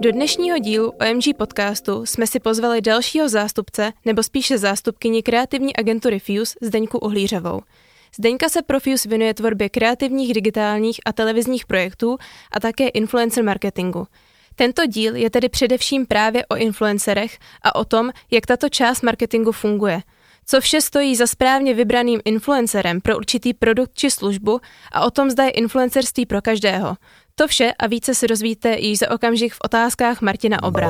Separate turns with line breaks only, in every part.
Do dnešního dílu OMG podcastu jsme si pozvali dalšího zástupce, nebo spíše zástupkyni kreativní agentury Fuse, Zdeňku Uhlířovou. Zdeňka se pro Fuse věnuje tvorbě kreativních, digitálních a televizních projektů a také influencer marketingu. Tento díl je tedy především právě o influencerech a o tom, jak tato část marketingu funguje. Co vše stojí za správně vybraným influencerem pro určitý produkt či službu a o tom, zda je influencerství pro každého. To vše a více se dozvíte již za okamžik v otázkách Martina Obra.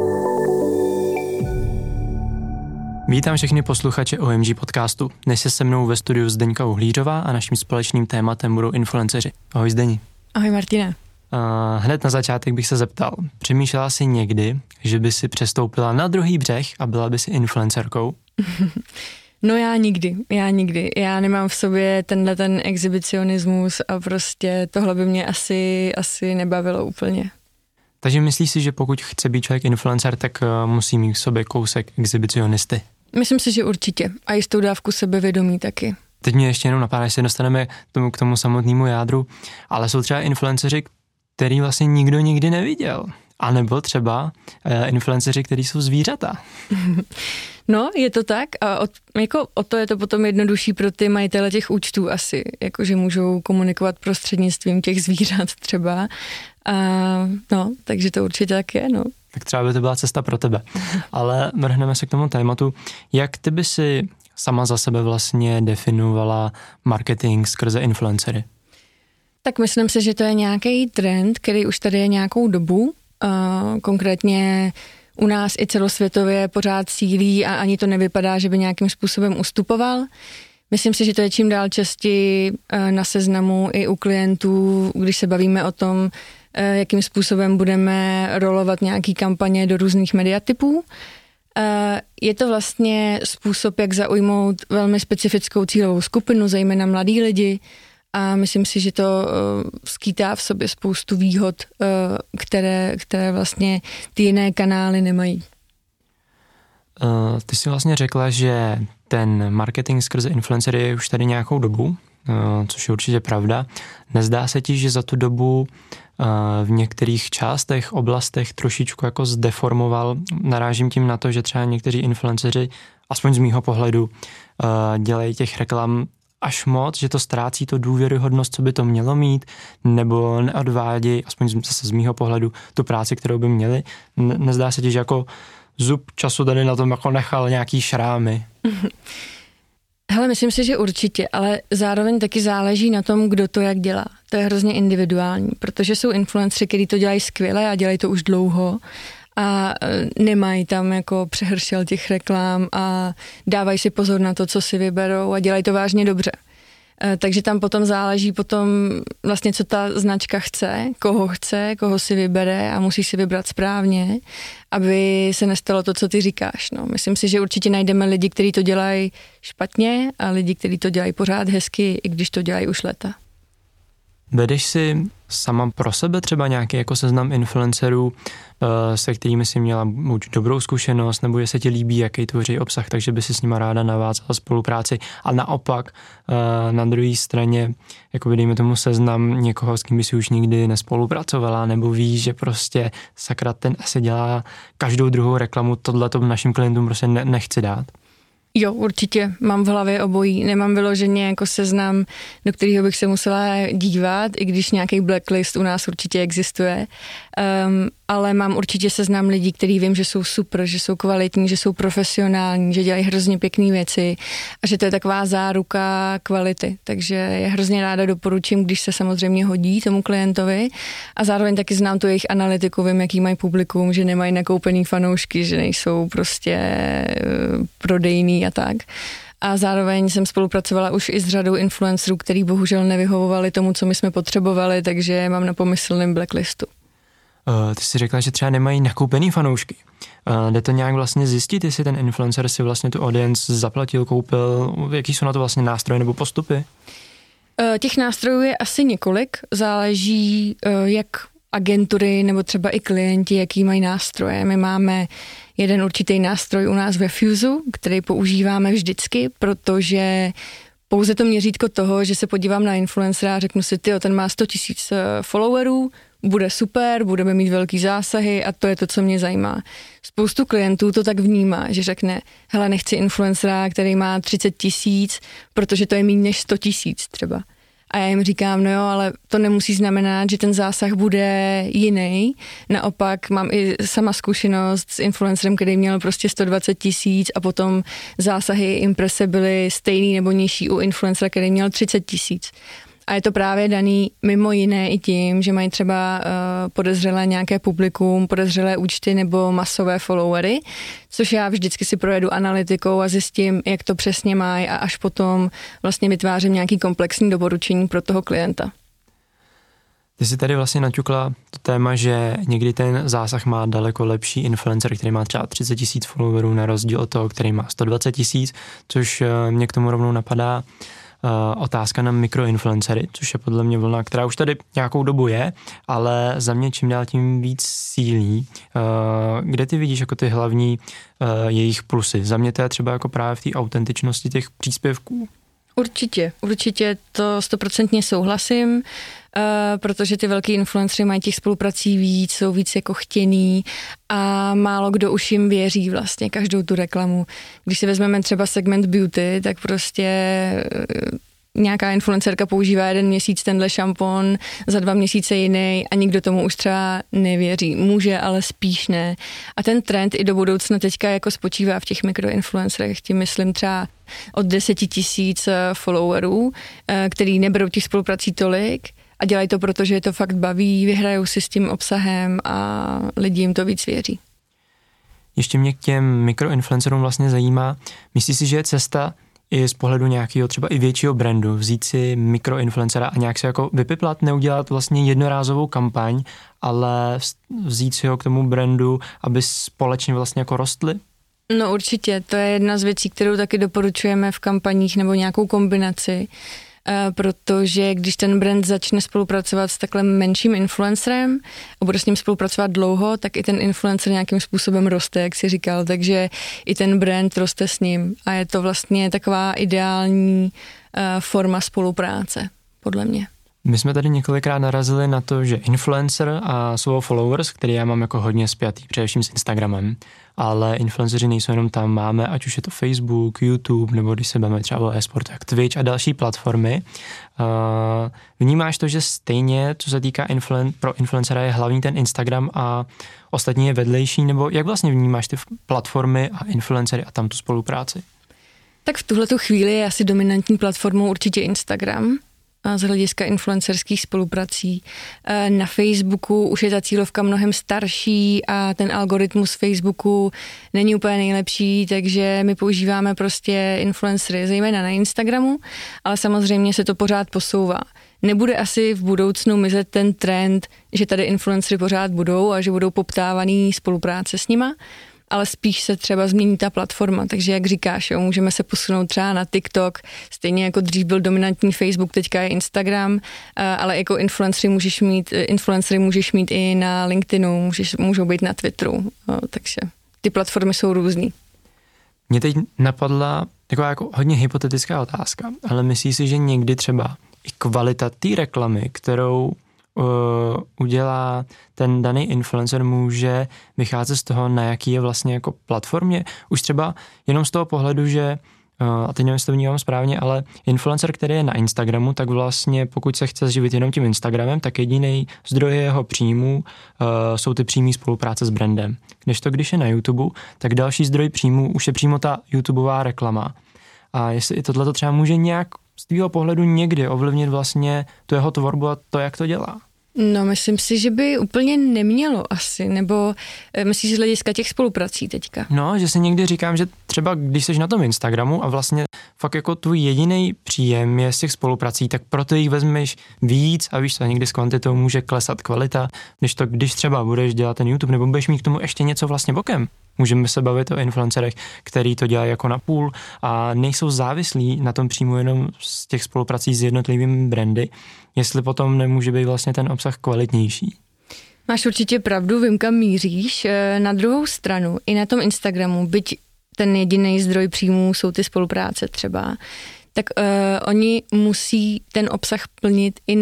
Vítám všechny posluchače OMG podcastu. Dnes je se mnou ve studiu Zdeňka Uhlířová a naším společným tématem budou influenceři. Ahoj Zdeni.
Ahoj Martine.
Hned na začátek bych se zeptal, přemýšlela jsi někdy, že by si přestoupila na druhý břeh a byla by si influencerkou?
No já nikdy. Já nemám v sobě ten exhibicionismus a prostě tohle by mě asi nebavilo úplně.
Takže myslíš si, že pokud chce být člověk influencer, tak musí mít v sobě kousek exhibicionisty?
Myslím si, že určitě. A jistou dávku sebevědomí taky.
Teď mě ještě jenom napadá, že se dostaneme k tomu samotnému jádru, ale jsou třeba influenceři, který vlastně nikdo nikdy neviděl. A nebo třeba influenceři, kteří jsou zvířata.
No, je to tak a o to je to potom jednodušší pro ty majitele těch účtů asi, jakože můžou komunikovat prostřednictvím těch zvířat třeba. Takže to určitě tak je, no.
Tak třeba by to byla cesta pro tebe. Ale vrhneme se k tomu tématu. Jak ty by si sama za sebe vlastně definovala marketing skrze influencery?
Tak myslím si, že to je nějaký trend, který už tady je nějakou dobu. Konkrétně u nás i celosvětově pořád sílí a ani to nevypadá, že by nějakým způsobem ustupoval. Myslím si, že to je čím dál častěji na seznamu i u klientů, když se bavíme o tom, jakým způsobem budeme rolovat nějaký kampaně do různých mediatypů. Je to vlastně způsob, jak zaujmout velmi specifickou cílovou skupinu, zejména mladí lidi, a myslím si, že to skýtá v sobě spoustu výhod, které vlastně ty jiné kanály nemají.
Ty jsi vlastně řekla, že ten marketing skrze influencery je už tady nějakou dobu, což je určitě pravda. Nezdá se ti, že za tu dobu v některých částech, oblastech trošičku jako zdeformoval? Narážím tím na to, že třeba někteří influenceři, aspoň z mýho pohledu, dělají těch reklam až moc, že to ztrácí to důvěryhodnost, co by to mělo mít, nebo neodvádí, aspoň zase z mýho pohledu, tu práci, kterou by měli. Nezdá se ti, že jako zub času tady na tom jako nechal nějaký šrámy?
Hele, myslím si, že určitě, ale zároveň taky záleží na tom, kdo to jak dělá. To je hrozně individuální, protože jsou influenceri, kteří to dělají skvěle a dělají to už dlouho a nemají tam jako přehršel těch reklam a dávají si pozor na to, co si vyberou a dělají to vážně dobře. Takže tam potom záleží vlastně, co ta značka chce, koho si vybere a musí si vybrat správně, aby se nestalo to, co ty říkáš. No, myslím si, že určitě najdeme lidi, kteří to dělají špatně a lidi, kteří to dělají pořád hezky, i když to dělají už léta.
Vedeš si sama pro sebe třeba nějaký jako seznam influencerů, se kterými si měla buď dobrou zkušenost, nebo že se ti líbí, jaký tvoří obsah, takže by si s nima ráda navázala spolupráci. A naopak na druhé straně, jako dejme tomu seznam někoho, s kým by si už nikdy nespolupracovala, nebo víš, že prostě sakra, ten asi dělá každou druhou reklamu, tohleto našim klientům prostě nechci dát.
Jo, určitě. Mám v hlavě obojí. Nemám vyloženě jako seznam, do kterého bych se musela dívat, i když nějaký blacklist u nás určitě existuje. Ale mám určitě seznam lidí, který vím, že jsou super, že jsou kvalitní, že jsou profesionální, že dělají hrozně pěkné věci a že to je taková záruka kvality. Takže je hrozně ráda doporučím, když se samozřejmě hodí tomu klientovi a zároveň taky znám tu jejich analytiku, vím, jaký mají publikum, že nemají nakoupený fanoušky, že nejsou prostě prodejný a tak. A zároveň jsem spolupracovala už i s řadou influencerů, který bohužel nevyhovovali tomu, co my jsme potřebovali, takže mám na pomyslném blacklistu.
Ty jsi řekla, že třeba nemají nakoupený fanoušky. Jde to nějak vlastně zjistit, jestli ten influencer si vlastně tu audience zaplatil, koupil, jaký jsou na to vlastně nástroje nebo postupy?
Těch nástrojů je asi několik, záleží jak agentury nebo třeba i klienti, jaký mají nástroje. My máme jeden určitý nástroj u nás ve Fuseu, který používáme vždycky, protože pouze to měřítko toho, že se podívám na influencera a řeknu si, ten má 100 000 followerů, bude super, budeme mít velký zásahy a to je to, co mě zajímá. Spoustu klientů to tak vnímá, že řekne, hele, nechci influencera, který má 30 000, protože to je méně než 100 000 třeba. A já jim říkám, no jo, ale to nemusí znamenat, že ten zásah bude jiný. Naopak mám i sama zkušenost s influencerem, který měl prostě 120 000 a potom zásahy imprese byly stejný nebo nižší u influencera, který měl 30 000. A je to právě daný mimo jiné i tím, že mají třeba podezřelé nějaké publikum, podezřelé účty nebo masové followery, což já vždycky si projedu analytikou a zjistím, jak to přesně mají a až potom vlastně vytvářím nějaký komplexní doporučení pro toho klienta.
Ty jsi tady vlastně naťukla to téma, že někdy ten zásah má daleko lepší influencer, který má třeba 30 000 followerů na rozdíl od toho, který má 120 000, což mě k tomu rovnou napadá otázka na mikroinfluencery, což je podle mě vlna, která už tady nějakou dobu je, ale za mě čím dál tím víc sílí. Kde ty vidíš jako ty hlavní jejich plusy? Za mě to je třeba jako právě v té autentičnosti těch příspěvků.
Určitě to 100% souhlasím, protože ty velký influencery mají těch spoluprací víc, jsou víc jako chtěný a málo kdo už jim věří vlastně každou tu reklamu. Když si vezmeme třeba segment beauty, tak prostě nějaká influencerka používá 1 měsíc tenhle šampon, za 2 měsíce jiný a nikdo tomu už třeba nevěří. Může, ale spíš ne. A ten trend i do budoucna teďka jako spočívá v těch mikroinfluencerech, tím myslím třeba od 10 000 followerů, který neberou těch spoluprací tolik a dělají to, protože je to fakt baví, vyhrajou si s tím obsahem a lidi jim to víc věří.
Ještě mě k těm mikroinfluencerům vlastně zajímá, myslíš si, že je cesta i z pohledu nějakého třeba i většího brandu, vzít si mikroinfluencera a nějak se jako vypiplat, neudělat vlastně jednorázovou kampaň, ale vzít si ho k tomu brandu, aby společně vlastně jako rostly?
No určitě, to je jedna z věcí, kterou taky doporučujeme v kampaních nebo nějakou kombinaci, protože když ten brand začne spolupracovat s takhle menším influencerem a bude s ním spolupracovat dlouho, tak i ten influencer nějakým způsobem roste, jak jsi říkal, takže i ten brand roste s ním a je to vlastně taková ideální forma spolupráce, podle mě.
My jsme tady několikrát narazili na to, že influencer a slovo followers, který já mám jako hodně spjatý, především s Instagramem, ale influenceři nejsou jenom tam, máme, ať už je to Facebook, YouTube, nebo když se bavíme třeba o e-sportu, jak Twitch a další platformy. Vnímáš to, že stejně, co se týká pro influencera, je hlavní ten Instagram a ostatní je vedlejší, nebo jak vlastně vnímáš ty platformy a influencery a tam tu spolupráci?
Tak v tuhletu chvíli je asi dominantní platformou určitě Instagram, z hlediska influencerských spoluprací. Na Facebooku už je ta cílovka mnohem starší a ten algoritmus Facebooku není úplně nejlepší, takže my používáme prostě influencery, zejména na Instagramu, ale samozřejmě se to pořád posouvá. Nebude asi v budoucnu mizet ten trend, že tady influencery pořád budou a že budou poptávaný spolupráce s nima, ale spíš se třeba změní ta platforma, takže jak říkáš, jo, můžeme se posunout třeba na TikTok, stejně jako dřív byl dominantní Facebook, teďka je Instagram, ale jako influencery můžeš mít i na LinkedInu, můžou být na Twitteru, takže ty platformy jsou různý.
Mě teď napadla taková jako hodně hypotetická otázka, ale myslíš si, že někdy třeba i kvalita té reklamy, kterou udělá ten daný influencer, může vycházet z toho, na jaký je vlastně jako platformě. Už třeba jenom z toho pohledu, že a teď nevím, jestli to vnímám správně, ale influencer, který je na Instagramu, tak vlastně pokud se chce živit jenom tím Instagramem, tak jediný zdroj jeho příjmů jsou ty přímé spolupráce s brandem. Když je na YouTube, tak další zdroj příjmů už je přímo ta YouTubeová reklama. A jestli i tohle třeba může nějak z tvýho pohledu někdy ovlivnit vlastně tu jeho tvorbu a to, jak to dělá?
No, myslím si, že by úplně nemělo asi, nebo myslíš z hlediska těch spoluprací teďka?
No, že si někdy říkám, že třeba když jsi na tom Instagramu a vlastně fakt jako tvůj jediný příjem je z těch spoluprací, tak proto jich vezmeš víc a víš co, někdy s kvantitou může klesat kvalita, když třeba budeš dělat ten YouTube nebo budeš mít k tomu ještě něco vlastně bokem. Můžeme se bavit o influencerech, který to dělají jako na půl a nejsou závislí na tom příjmu jenom z těch spoluprací s jednotlivými brandy, jestli potom nemůže být vlastně ten obsah kvalitnější.
Máš určitě pravdu, vím, kam míříš. Na druhou stranu, i na tom Instagramu, byť ten jediný zdroj příjmů jsou ty spolupráce třeba, tak oni musí ten obsah plnit i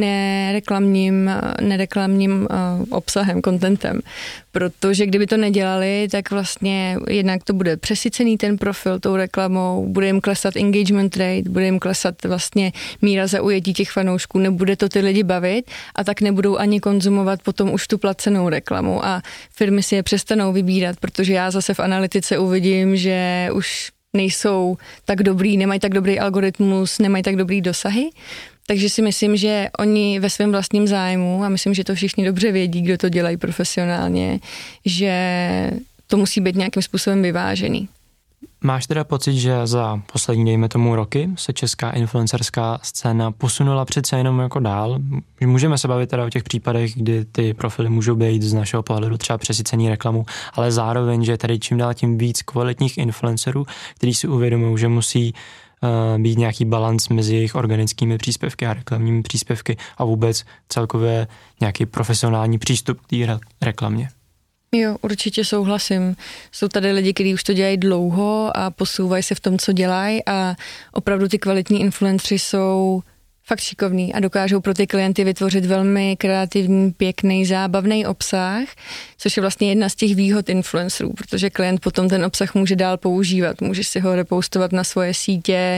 nereklamním obsahem, contentem. Protože kdyby to nedělali, tak vlastně jednak to bude přesycený ten profil tou reklamou, bude jim klesat engagement rate, bude jim klesat vlastně míra zaujetí těch fanoušků, nebude to ty lidi bavit a tak nebudou ani konzumovat potom už tu placenou reklamu a firmy si je přestanou vybírat, protože já zase v analytice uvidím, že už nejsou tak dobrý, nemají tak dobrý algoritmus, nemají tak dobrý dosahy. Takže si myslím, že oni ve svém vlastním zájmu, a myslím, že to všichni dobře vědí, kdo to dělají profesionálně, že to musí být nějakým způsobem vyvážený.
Máš teda pocit, že za poslední, dejme tomu, roky se česká influencerská scéna posunula přece jenom jako dál? Můžeme se bavit teda o těch případech, kdy ty profily můžou být z našeho pohledu třeba přesycený reklamu, ale zároveň, že je tady čím dál tím víc kvalitních influencerů, kteří si uvědomují, že musí být nějaký balans mezi jejich organickými příspěvky a reklamními příspěvky a vůbec celkově nějaký profesionální přístup k té reklamě.
Jo, určitě souhlasím. Jsou tady lidi, kteří už to dělají dlouho a posouvají se v tom, co dělají a opravdu ty kvalitní influenceri jsou fakt šikovný a dokážou pro ty klienty vytvořit velmi kreativní, pěkný, zábavný obsah, což je vlastně jedna z těch výhod influencerů, protože klient potom ten obsah může dál používat, může si ho repostovat na svoje sítě,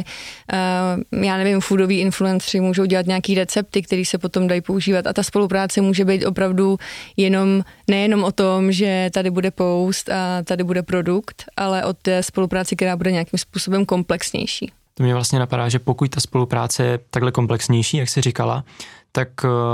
já nevím, foodoví influenceri můžou dělat nějaký recepty, které se potom dají používat a ta spolupráce může být opravdu nejenom o tom, že tady bude post a tady bude produkt, ale o té spolupráci, která bude nějakým způsobem komplexnější.
To mě vlastně napadá, že pokud ta spolupráce je takhle komplexnější, jak jsi říkala, tak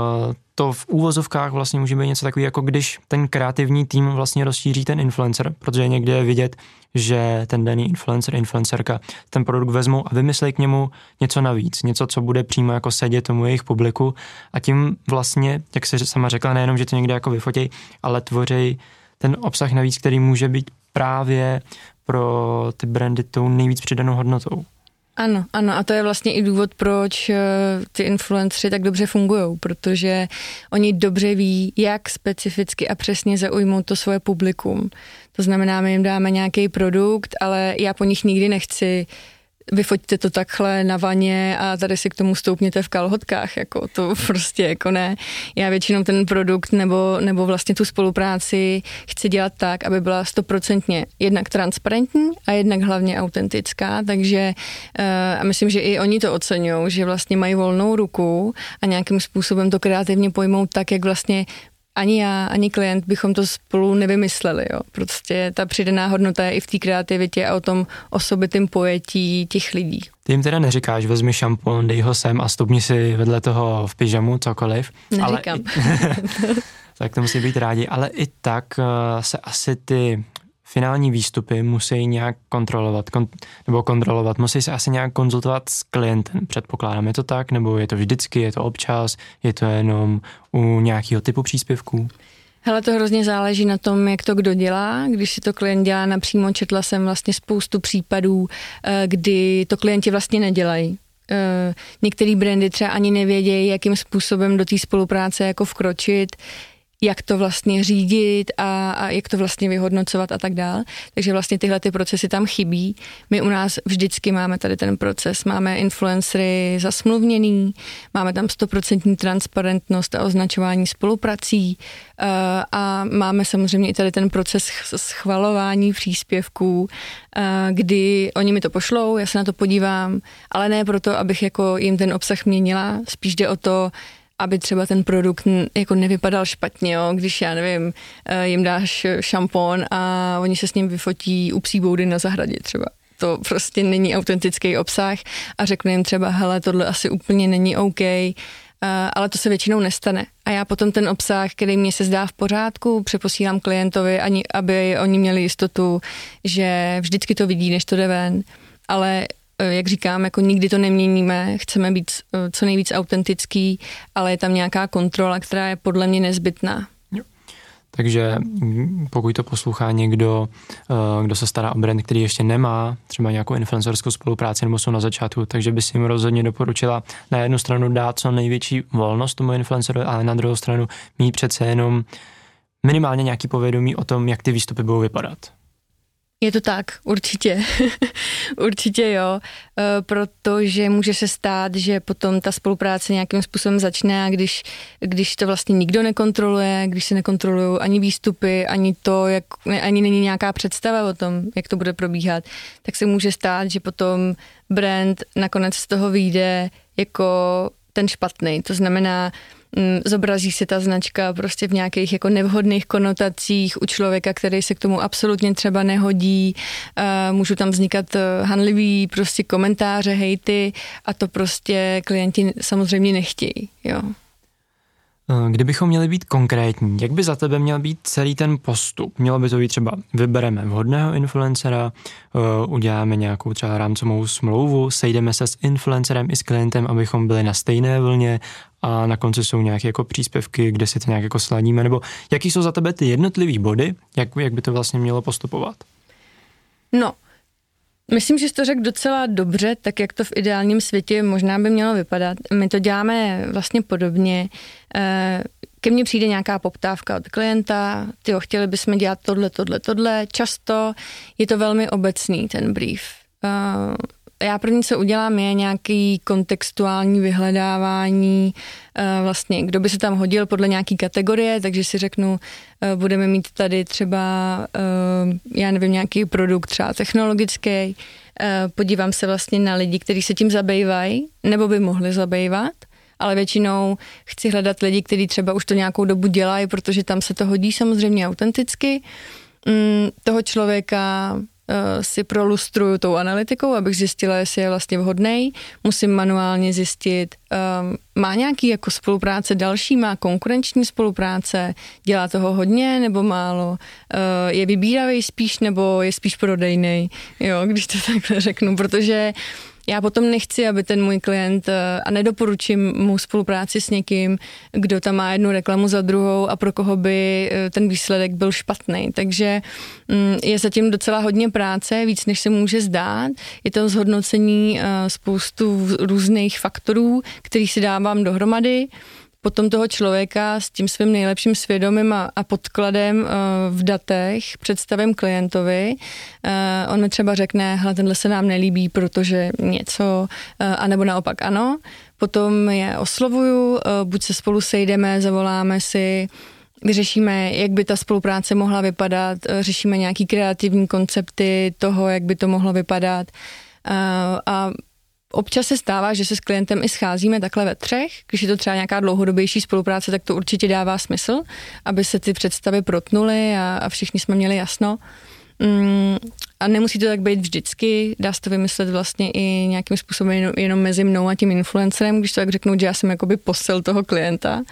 to v úvozovkách vlastně může být něco takového, jako když ten kreativní tým vlastně rozšíří ten influencer, protože někde je vidět, že ten daný influencerka ten produkt vezmou a vymyslí k němu něco navíc, něco, co bude přímo jako sedět tomu jejich publiku a tím vlastně, jak jsi sama řekla, nejenom, že to někde jako vyfotěj, ale tvoří ten obsah navíc, který může být právě pro ty brandy tou nejvíc přidanou hodnotou.
Ano, a to je vlastně i důvod, proč ty influenceri tak dobře fungují, protože oni dobře ví, jak specificky a přesně zaujmout to svoje publikum. To znamená, my jim dáme nějaký produkt, ale já po nich nikdy nechci vyfoťte to takhle na vaně a tady si k tomu stoupněte v kalhotkách, jako to prostě jako ne. Já většinou ten produkt nebo vlastně tu spolupráci chci dělat tak, aby byla 100% jednak transparentní a jednak hlavně autentická, takže a myslím, že i oni to oceňují, že vlastně mají volnou ruku a nějakým způsobem to kreativně pojmou tak, jak vlastně ani já, ani klient bychom to spolu nevymysleli. Jo. Prostě ta přidaná hodnota je i v té kreativitě a o tom osobitém pojetí těch lidí.
Ty jim teda neříkáš, vezmi šampon, dej ho sem a stupni si vedle toho v pyžamu, cokoliv.
Neříkám.
Tak to musí být rádi, ale i tak se asi ty finální výstupy musí nějak kontrolovat, musí se asi nějak konzultovat s klientem, předpokládám. Je to tak, nebo je to vždycky, je to občas, je to jenom u nějakého typu příspěvků?
Hele, to hrozně záleží na tom, jak to kdo dělá. Když si to klient dělá napřímo, četla jsem vlastně spoustu případů, kdy to klienti vlastně nedělají. Některé brandy třeba ani nevědějí, jakým způsobem do té spolupráce jako vkročit, jak to vlastně řídit a jak to vlastně vyhodnocovat a tak dál. Takže vlastně tyhle ty procesy tam chybí. My u nás vždycky máme tady ten proces. Máme influencery zasmluvněný, máme tam 100% transparentnost a označování spoluprací a máme samozřejmě i tady ten proces schvalování příspěvků, kdy oni mi to pošlou, já se na to podívám, ale ne proto, abych jako jim ten obsah měnila, spíš jde o to, aby třeba ten produkt jako nevypadal špatně, jo? Když, já nevím, jim dáš šampon a oni se s ním vyfotí u psí boudy na zahradě třeba. To prostě není autentický obsah a řeknu jim třeba, hele, tohle asi úplně není OK, ale to se většinou nestane. A já potom ten obsah, který mě se zdá v pořádku, přeposílám klientovi, aby oni měli jistotu, že vždycky to vidí, než to jde ven, ale jak říkám, jako nikdy to neměníme, chceme být co nejvíc autentický, ale je tam nějaká kontrola, která je podle mě nezbytná.
Jo. Takže pokud to poslouchá někdo, kdo se stará o brand, který ještě nemá třeba nějakou influencerskou spolupráci nebo jsou na začátku, takže by si jim rozhodně doporučila na jednu stranu dát co největší volnost tomu influencerovi, ale na druhou stranu mít přece jenom minimálně nějaký povědomí o tom, jak ty výstupy budou vypadat.
Je to tak, určitě. Určitě jo, protože může se stát, že potom ta spolupráce nějakým způsobem začne a když to vlastně nikdo nekontroluje, když se nekontrolují ani výstupy, ani to, ani není nějaká představa o tom, jak to bude probíhat, tak se může stát, že potom brand nakonec z toho vyjde jako ten špatný. To znamená, zobrazí se ta značka prostě v nějakých jako nevhodných konotacích u člověka, který se k tomu absolutně třeba nehodí, můžou tam vznikat hanlivý prostě komentáře, hejty a to prostě klienti samozřejmě nechtějí, jo.
Kdybychom měli být konkrétní, jak by za tebe měl být celý ten postup? Mělo by to být třeba, vybereme vhodného influencera, uděláme nějakou třeba rámcovou smlouvu, sejdeme se s influencerem i s klientem, abychom byli na stejné vlně a na konci jsou nějaké jako příspěvky, kde si to nějak jako sladíme, nebo jaký jsou za tebe ty jednotlivý body, jak by to vlastně mělo postupovat?
No, myslím, že jsi to řekl docela dobře, tak jak to v ideálním světě možná by mělo vypadat. My to děláme vlastně podobně. Ke mně přijde nějaká poptávka od klienta, chtěli bychom dělat tohle. Často je to velmi obecný, ten brief. Já první, co udělám, je nějaký kontextuální vyhledávání, vlastně kdo by se tam hodil podle nějaký kategorie, takže si řeknu, budeme mít tady třeba, já nevím, nějaký produkt třeba technologický, podívám se vlastně na lidi, kteří se tím zabývají, nebo by mohli zabývat, ale většinou chci hledat lidi, kteří třeba už to nějakou dobu dělají, protože tam se to hodí samozřejmě autenticky. Toho člověka si prolustruju tou analytikou, abych zjistila, jestli je vlastně vhodnej. Musím manuálně zjistit, má nějaký jako spolupráce další, má konkurenční spolupráce, dělá toho hodně nebo málo, je vybíravý spíš nebo je spíš prodejnej, jo, když to takhle řeknu, protože já potom nechci, aby ten můj klient, a nedoporučím mu spolupráci s někým, kdo tam má jednu reklamu za druhou a pro koho by ten výsledek byl špatný. Takže je zatím docela hodně práce, víc než se může zdát. Je to zhodnocení spoustu různých faktorů, který si dávám dohromady. Potom toho člověka s tím svým nejlepším svědomím a podkladem v datech představím klientovi. On mi třeba řekne, hele, tenhle se nám nelíbí, protože něco, anebo naopak ano. Potom je oslovuju, buď se spolu sejdeme, zavoláme si, vyřešíme, jak by ta spolupráce mohla vypadat, řešíme nějaký kreativní koncepty toho, jak by to mohlo vypadat. A občas se stává, že se s klientem i scházíme takhle ve třech, když je to třeba nějaká dlouhodobější spolupráce, tak to určitě dává smysl, aby se ty představy protnuly a všichni jsme měli jasno. A nemusí to tak být vždycky, dá se to vymyslet vlastně i nějakým způsobem jenom mezi mnou a tím influencerem, když to tak řeknu, že já jsem jakoby posel toho klienta.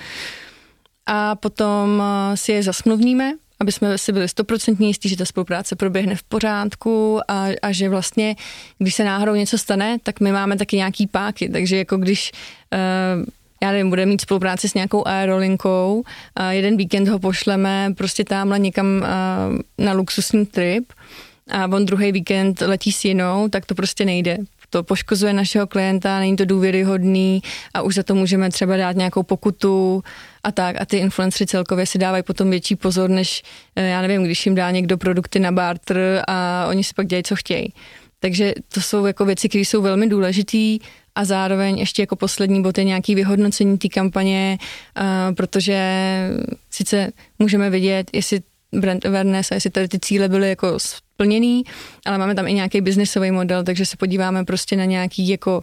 A potom si je zasmluvníme, aby jsme si byli 100% jistí, že ta spolupráce proběhne v pořádku a že vlastně, když se náhodou něco stane, tak my máme taky nějaký páky, takže jako když já nevím, budeme mít spolupráci s nějakou aerolinkou, jeden víkend ho pošleme prostě tamhle někam na luxusní trip a on druhý víkend letí s jinou, tak to prostě nejde. To poškozuje našeho klienta, není to důvěryhodný a už za to můžeme třeba dát nějakou pokutu a tak. A ty influencery celkově si dávají potom větší pozor, než já nevím, když jim dá někdo produkty na barter a oni si pak dělají, co chtějí. Takže to jsou jako věci, které jsou velmi důležitý a zároveň ještě jako poslední bod je nějaký vyhodnocení té kampaně, protože sice můžeme vidět, jestli brand awareness a jestli tady ty cíle byly jako splněný, ale máme tam i nějaký biznisový model, takže se podíváme prostě na nějaký jako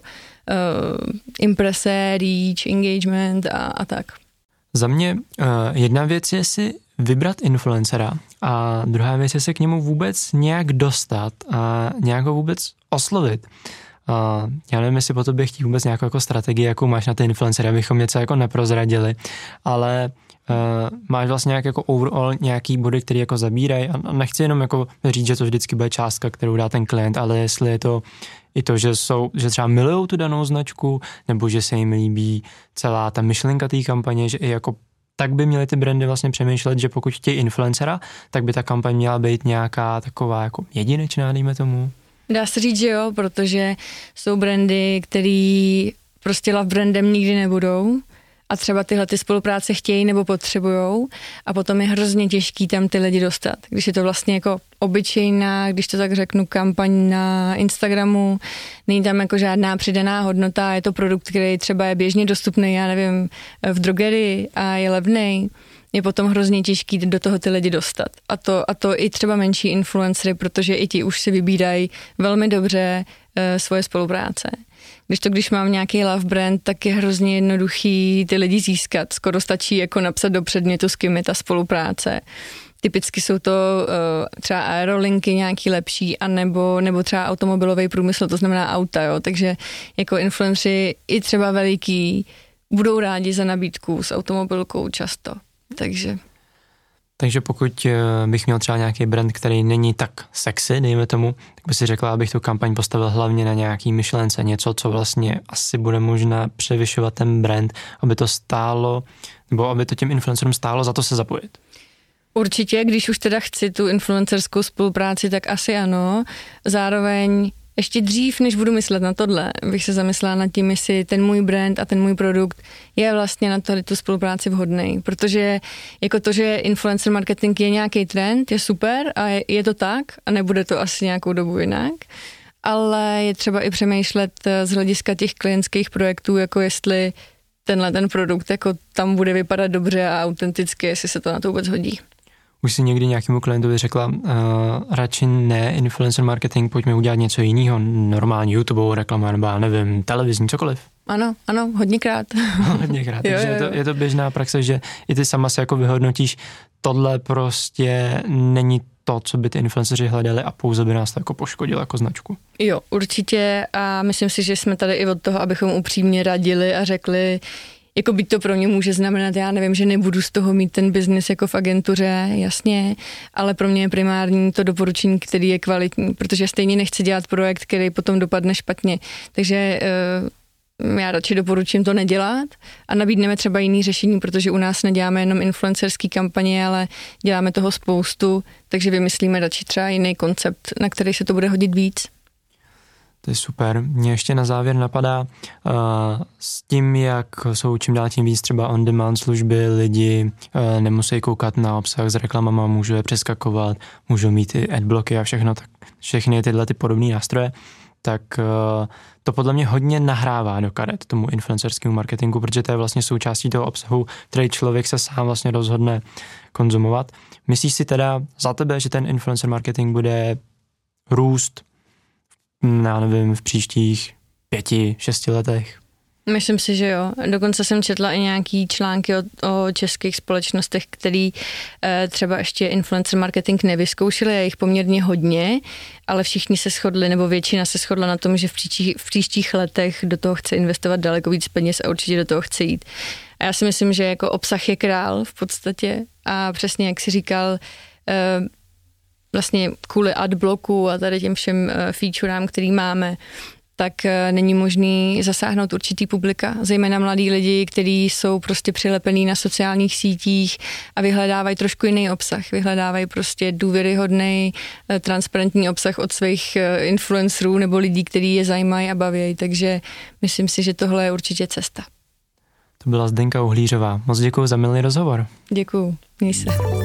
imprese, reach, engagement a tak.
Za mě jedna věc je si vybrat influencera a druhá věc je se k němu vůbec nějak dostat a nějak ho vůbec oslovit. Já nevím, jestli po tobě chtí vůbec nějakou jako strategii, jakou máš na ty influencery, abychom něco jako neprozradili, ale máš vlastně nějak jako overall nějaký body, který jako zabírají a nechci jenom jako říct, že to vždycky bude částka, kterou dá ten klient, ale jestli je to i to, že třeba milujou tu danou značku, nebo že se jim líbí celá ta myšlenka té kampaně, že i jako tak by měly ty brandy vlastně přemýšlet, že pokud chtějí influencera, tak by ta kampaň měla být nějaká taková jako jedinečná, dejme tomu.
Dá se říct, že jo, protože jsou brandy, který prostě love brandem nikdy nebudou a třeba tyhle ty spolupráce chtějí nebo potřebujou a potom je hrozně těžký tam ty lidi dostat. Když je to vlastně jako obyčejná, když to tak řeknu, kampaň na Instagramu, není tam jako žádná přidaná hodnota, je to produkt, který třeba je běžně dostupný, já nevím, v drogerii a je levnej, je potom hrozně těžký do toho ty lidi dostat. A to i třeba menší influencery, protože i ti už si vybírají velmi dobře svoje spolupráce. Když mám nějaký love brand, tak je hrozně jednoduchý ty lidi získat. Skoro stačí jako napsat do předmětu, s kým je ta spolupráce. Typicky jsou to třeba aerolinky nějaký lepší, nebo třeba automobilový průmysl, to znamená auta, jo. Takže jako influenceri i třeba veliký budou rádi za nabídku s automobilkou často.
Takže pokud bych měl třeba nějaký brand, který není tak sexy, dejme tomu, tak by si řekla, abych tu kampaň postavil hlavně na nějaký myšlence, něco, co vlastně asi bude možná převyšovat ten brand, aby to stálo, nebo aby to těm influencerům stálo za to se zapojit.
Určitě, když už teda chci tu influencerskou spolupráci, tak asi ano. Zároveň ještě dřív, než budu myslet na tohle, bych se zamyslela nad tím, jestli ten můj brand a ten můj produkt je vlastně na tu spolupráci vhodný. Protože jako to, že influencer marketing je nějaký trend, je super a je to tak a nebude to asi nějakou dobu jinak. Ale je třeba i přemýšlet z hlediska těch klientských projektů, jako jestli ten produkt jako tam bude vypadat dobře a autenticky, jestli se to na to vůbec hodí.
Už si někdy nějakému klientovi řekla, radši ne influencer marketing, pojďme udělat něco jiného, normální YouTubeovou reklamu, nebo já nevím, televizní, cokoliv.
Ano, hodněkrát.
Hodněkrát, takže je to běžná praxe, že i ty sama se jako vyhodnotíš, tohle prostě není to, co by ty influenceři hledali a pouze by nás to jako poškodilo jako značku.
Jo, určitě a myslím si, že jsme tady i od toho, abychom upřímně radili a řekli, jako byť to pro mě může znamenat, já nevím, že nebudu z toho mít ten biznis jako v agentuře, jasně, ale pro mě je primární to doporučení, který je kvalitní, protože stejně nechci dělat projekt, který potom dopadne špatně. Takže já radši doporučím to nedělat a nabídneme třeba jiný řešení, protože u nás neděláme jenom influencerský kampaně, ale děláme toho spoustu, takže vymyslíme radši třeba jiný koncept, na který se to bude hodit víc.
To je super. Mě ještě na závěr napadá s tím, jak jsou čím dál tím víc třeba on-demand služby, lidi nemusí koukat na obsah s reklamama, můžou je přeskakovat, můžou mít i adblocky a všechno, tak všechny tyhle ty podobné nástroje, tak to podle mě hodně nahrává do karet tomu influencerskému marketingu, protože to je vlastně součástí toho obsahu, který člověk se sám vlastně rozhodne konzumovat. Myslíš si teda za tebe, že ten influencer marketing bude růst, já nevím, v příštích 5-6 letech?
Myslím si, že jo. Dokonce jsem četla i nějaký články o českých společnostech, který třeba ještě influencer marketing nevyzkoušeli, je jich poměrně hodně, ale všichni se shodli, nebo většina se shodla na tom, že v příštích letech do toho chce investovat daleko víc peněz a určitě do toho chce jít. A já si myslím, že jako obsah je král v podstatě a přesně jak jsi říkal, vlastně kvůli adblocku a tady těm všem featurám, který máme, tak není možný zasáhnout určitý publika, zejména mladí lidi, kteří jsou prostě přilepený na sociálních sítích a vyhledávají trošku jiný obsah. Vyhledávají prostě důvěryhodný, transparentní obsah od svých influencerů nebo lidí, kteří je zajímají a baví. Takže myslím si, že tohle je určitě cesta.
To byla Zdenka Uhlířová. Moc děkuju za milý rozhovor.
Děkuju. Měj se.